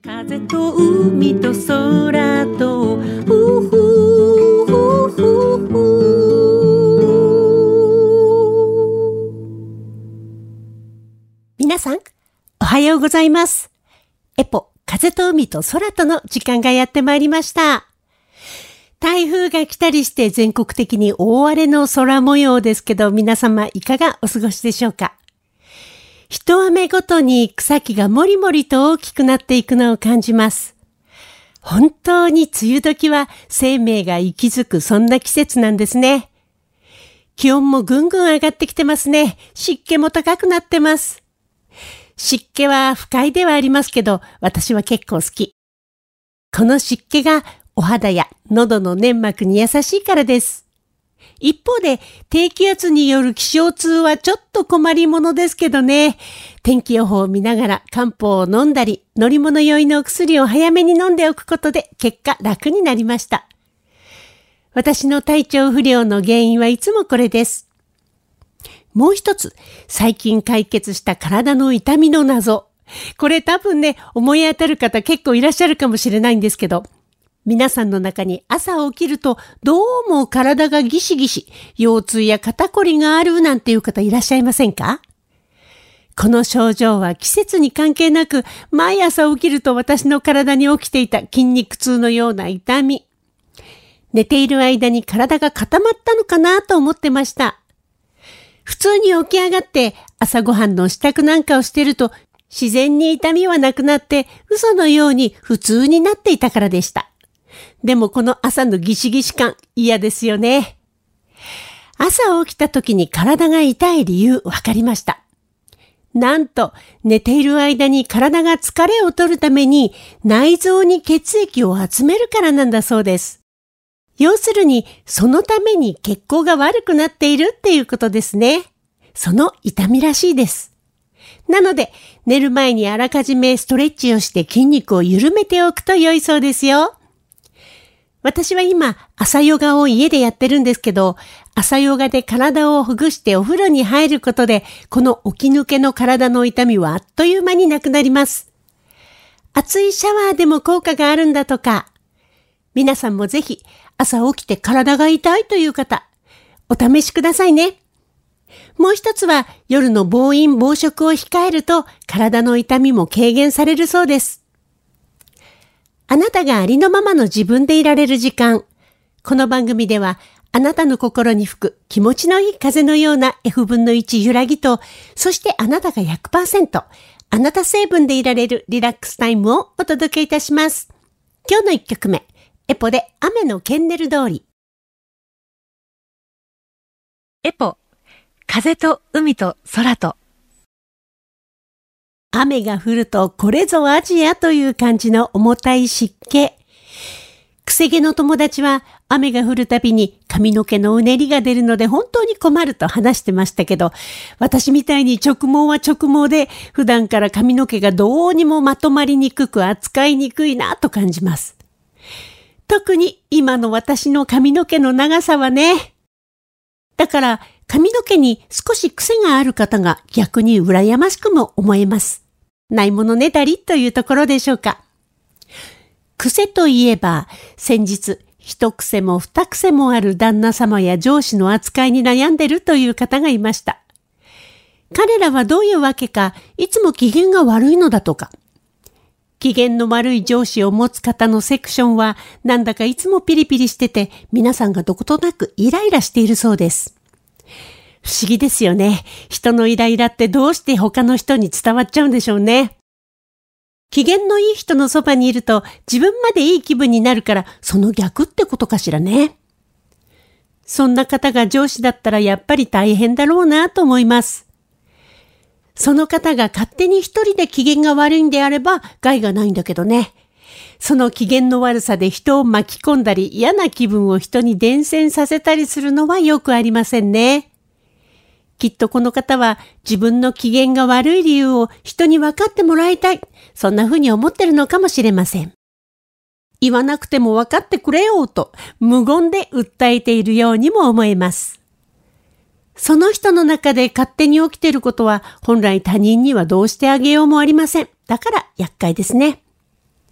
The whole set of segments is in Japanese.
風と海と空と皆さんおはようございます。エポ風と海と空との時間がやってまいりました。台風が来たりして全国的に大荒れの空模様ですけど、皆様いかがお過ごしでしょうか。一雨ごとに草木がもりもりと大きくなっていくのを感じます。本当に梅雨時は生命が息づくそんな季節なんですね。気温もぐんぐん上がってきてますね。湿気も高くなってます。湿気は不快ではありますけど、私は結構好き。この湿気がお肌や喉の粘膜に優しいからです。一方で低気圧による気象痛はちょっと困りものですけどね。天気予報を見ながら漢方を飲んだり、乗り物酔いのお薬を早めに飲んでおくことで結果楽になりました。私の体調不良の原因はいつもこれです。もう一つ、最近解決した体の痛みの謎。これ多分ね、思い当たる方結構いらっしゃるかもしれないんですけど、皆さんの中に朝起きるとどうも体がギシギシ、腰痛や肩こりがあるなんていう方いらっしゃいませんか？この症状は季節に関係なく、毎朝起きると私の体に起きていた筋肉痛のような痛み。寝ている間に体が固まったのかなと思ってました。普通に起き上がって朝ごはんの支度なんかをしてると、自然に痛みはなくなって嘘のように普通になっていたからでした。でもこの朝のギシギシ感嫌ですよね。朝起きた時に体が痛い理由わかりました。なんと寝ている間に体が疲れを取るために内臓に血液を集めるからなんだそうです。要するにそのために血行が悪くなっているっていうことですね。その痛みらしいです。なので寝る前にあらかじめストレッチをして筋肉を緩めておくと良いそうですよ。私は今、朝ヨガを家でやってるんですけど、朝ヨガで体をほぐしてお風呂に入ることで、この起き抜けの体の痛みはあっという間になくなります。熱いシャワーでも効果があるんだとか。皆さんもぜひ、朝起きて体が痛いという方、お試しくださいね。もう一つは、夜の暴飲暴食を控えると、体の痛みも軽減されるそうです。あなたがありのままの自分でいられる時間。この番組では、あなたの心に吹く気持ちのいい風のような F 分の1揺らぎと、そしてあなたが 100%、あなた成分でいられるリラックスタイムをお届けいたします。今日の1曲目、エポで雨のケンネル通り。 エポ、風と海と空と。 雨が降るとこれぞアジアという感じの重たい湿気。くせ毛の友達は雨が降るたびに髪の毛のうねりが出るので本当に困ると話してましたけど、私みたいに直毛は直毛で普段から髪の毛がどうにもまとまりにくく扱いにくいなと感じます。特に今の私の髪の毛の長さはね。だから髪の毛に少し癖がある方が逆に羨ましくも思えます。ないものねだりというところでしょうか。癖といえば、先日、一癖も二癖もある旦那様や上司の扱いに悩んでるという方がいました。彼らはどういうわけか、いつも機嫌が悪いのだとか。機嫌の悪い上司を持つ方のセクションは、なんだかいつもピリピリしてて、皆さんがどことなくイライラしているそうです。不思議ですよね。人のイライラってどうして他の人に伝わっちゃうんでしょうね。機嫌のいい人のそばにいると自分までいい気分になるからその逆ってことかしらね。そんな方が上司だったらやっぱり大変だろうなと思います。その方が勝手に一人で機嫌が悪いんであれば害がないんだけどね。その機嫌の悪さで人を巻き込んだり嫌な気分を人に伝染させたりするのはよくありませんね。きっとこの方は自分の機嫌が悪い理由を人に分かってもらいたい。そんな風に思ってるのかもしれません。言わなくても分かってくれよと無言で訴えているようにも思えます。その人の中で勝手に起きていることは本来他人にはどうしてあげようもありません。だから厄介ですね。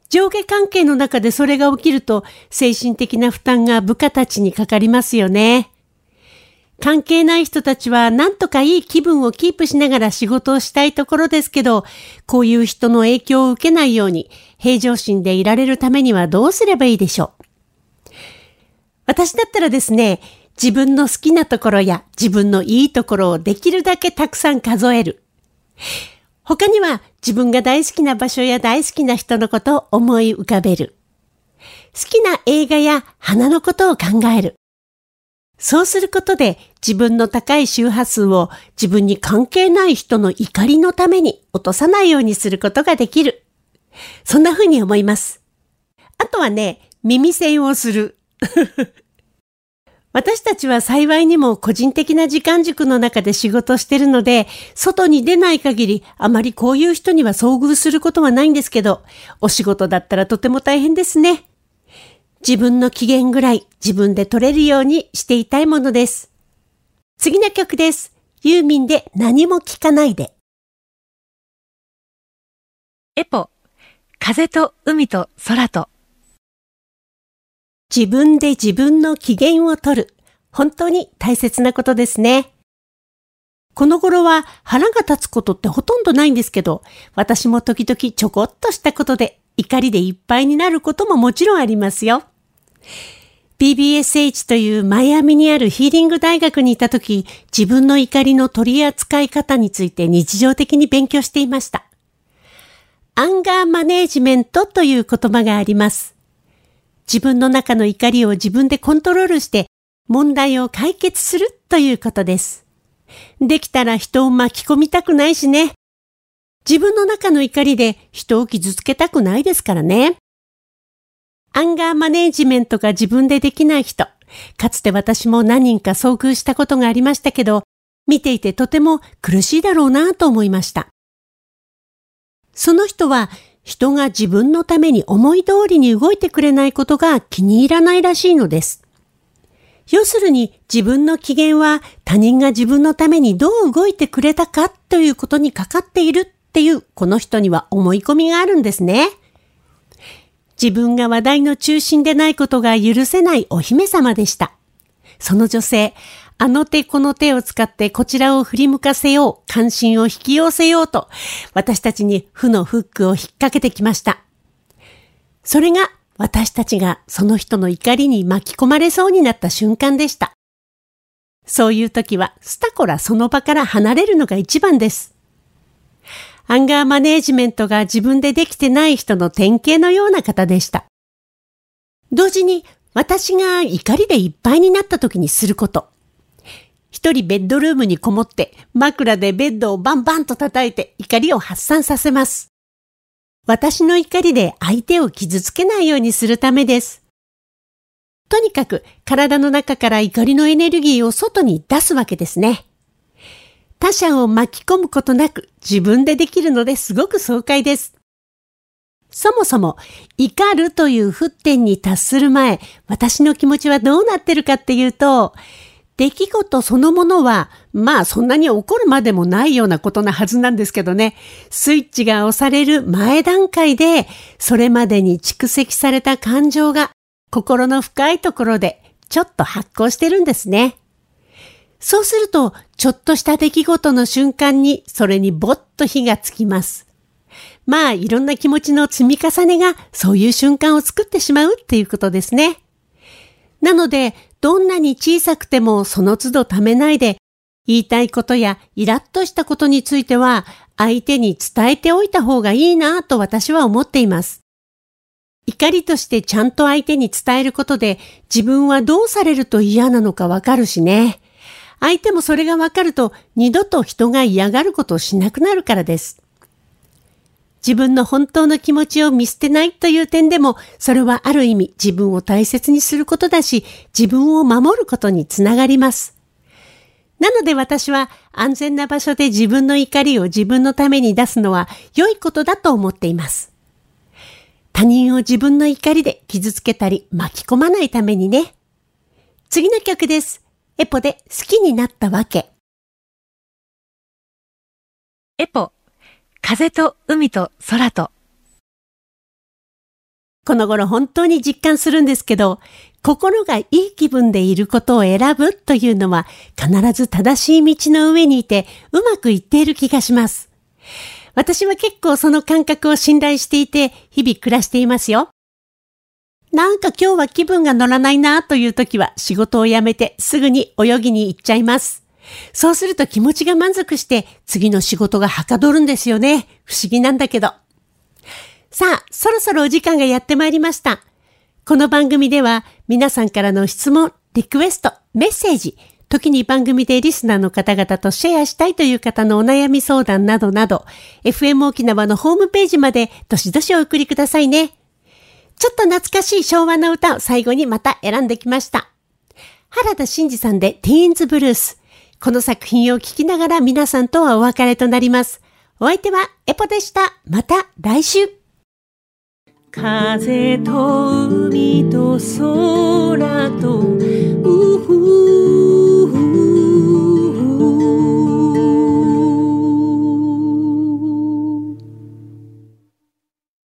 上下関係の中でそれが起きると精神的な負担が部下たちにかかりますよね。関係ない人たちはなんとかいい気分をキープしながら仕事をしたいところですけど、こういう人の影響を受けないように平常心でいられるためにはどうすればいいでしょう。私だったらですね、自分の好きなところや自分のいいところをできるだけたくさん数える。他には自分が大好きな場所や大好きな人のことを思い浮かべる。好きな映画や花のことを考える。そうすることで自分の高い周波数を自分に関係ない人の怒りのために落とさないようにすることができる。そんな風に思います。あとはね、耳栓をする。私たちは幸いにも個人的な時間軸の中で仕事してるので、外に出ない限りあまりこういう人には遭遇することはないんですけど、お仕事だったらとても大変ですね。自分の機嫌ぐらい自分で取れるようにしていたいものです。次の曲です。ユーミンで何も聞かないで。 エポ、風と海と空と。 自分で自分の機嫌を取る。本当に大切なことですね。この頃は腹が立つことってほとんどないんですけど、私も時々ちょこっとしたことで怒りでいっぱいになることももちろんありますよ。BBSH というマイアミにあるヒーリング大学にいた時、自分の怒りの取り扱い方について日常的に勉強していました。アンガーマネージメントという言葉があります。自分の中の怒りを自分でコントロールして問題を解決するということです。できたら人を巻き込みたくないしね。自分の中の怒りで人を傷つけたくないですからね。アンガーマネージメントが自分でできない人、かつて私も何人か遭遇したことがありましたけど、見ていてとても苦しいだろうなと思いました。その人は人が自分のために思い通りに動いてくれないことが気に入らないらしいのです。要するに自分の機嫌は他人が自分のためにどう動いてくれたかということにかかっているっていうこの人には思い込みがあるんですね。自分が話題の中心でないことが許せないお姫様でした。その女性、あの手この手を使ってこちらを振り向かせよう、関心を引き寄せようと、私たちに負のフックを引っ掛けてきました。それが私たちがその人の怒りに巻き込まれそうになった瞬間でした。そういう時はスタコラその場から離れるのが一番です。アンガーマネージメントが自分でできてない人の典型のような方でした。同時に私が怒りでいっぱいになった時にすること。一人ベッドルームにこもって枕でベッドをバンバンと叩いて怒りを発散させます。私の怒りで相手を傷つけないようにするためです。とにかく体の中から怒りのエネルギーを外に出すわけですね。他者を巻き込むことなく自分でできるのですごく爽快です。そもそも怒るという沸点に達する前、私の気持ちはどうなってるかっていうと、出来事そのものは、まあそんなに起こるまでもないようなことなはずなんですけどね、スイッチが押される前段階で、それまでに蓄積された感情が心の深いところでちょっと発酵してるんですね。そうすると、ちょっとした出来事の瞬間にそれにぼっと火がつきます。まあいろんな気持ちの積み重ねがそういう瞬間を作ってしまうっていうことですね。なので、どんなに小さくてもその都度ためないで、言いたいことやイラッとしたことについては相手に伝えておいた方がいいなと私は思っています。怒りとしてちゃんと相手に伝えることで自分はどうされると嫌なのかわかるしね。相手もそれがわかると二度と人が嫌がることをしなくなるからです。自分の本当の気持ちを見捨てないという点でも、それはある意味自分を大切にすることだし、自分を守ることにつながります。なので私は安全な場所で自分の怒りを自分のために出すのは良いことだと思っています。他人を自分の怒りで傷つけたり巻き込まないためにね。次の曲です。エポで好きになったわけ。 エポ、風と海と空と。 この頃本当に実感するんですけど、心がいい気分でいることを選ぶというのは必ず正しい道の上にいてうまくいっている気がします。私は結構その感覚を信頼していて日々暮らしていますよ。なんか今日は気分が乗らないなという時は仕事を辞めてすぐに泳ぎに行っちゃいます。そうすると気持ちが満足して次の仕事がはかどるんですよね。不思議なんだけど。さあ、そろそろお時間がやってまいりました。この番組では皆さんからの質問、リクエスト、メッセージ、時に番組でリスナーの方々とシェアしたいという方のお悩み相談などなど、FM 沖縄のホームページまでどしどしお送りくださいね。ちょっと懐かしい昭和の歌を最後にまた選んできました。原田真二さんでティーンズブルース。この作品を聴きながら皆さんとはお別れとなります。お相手はエポでした。また来週。風と海と空と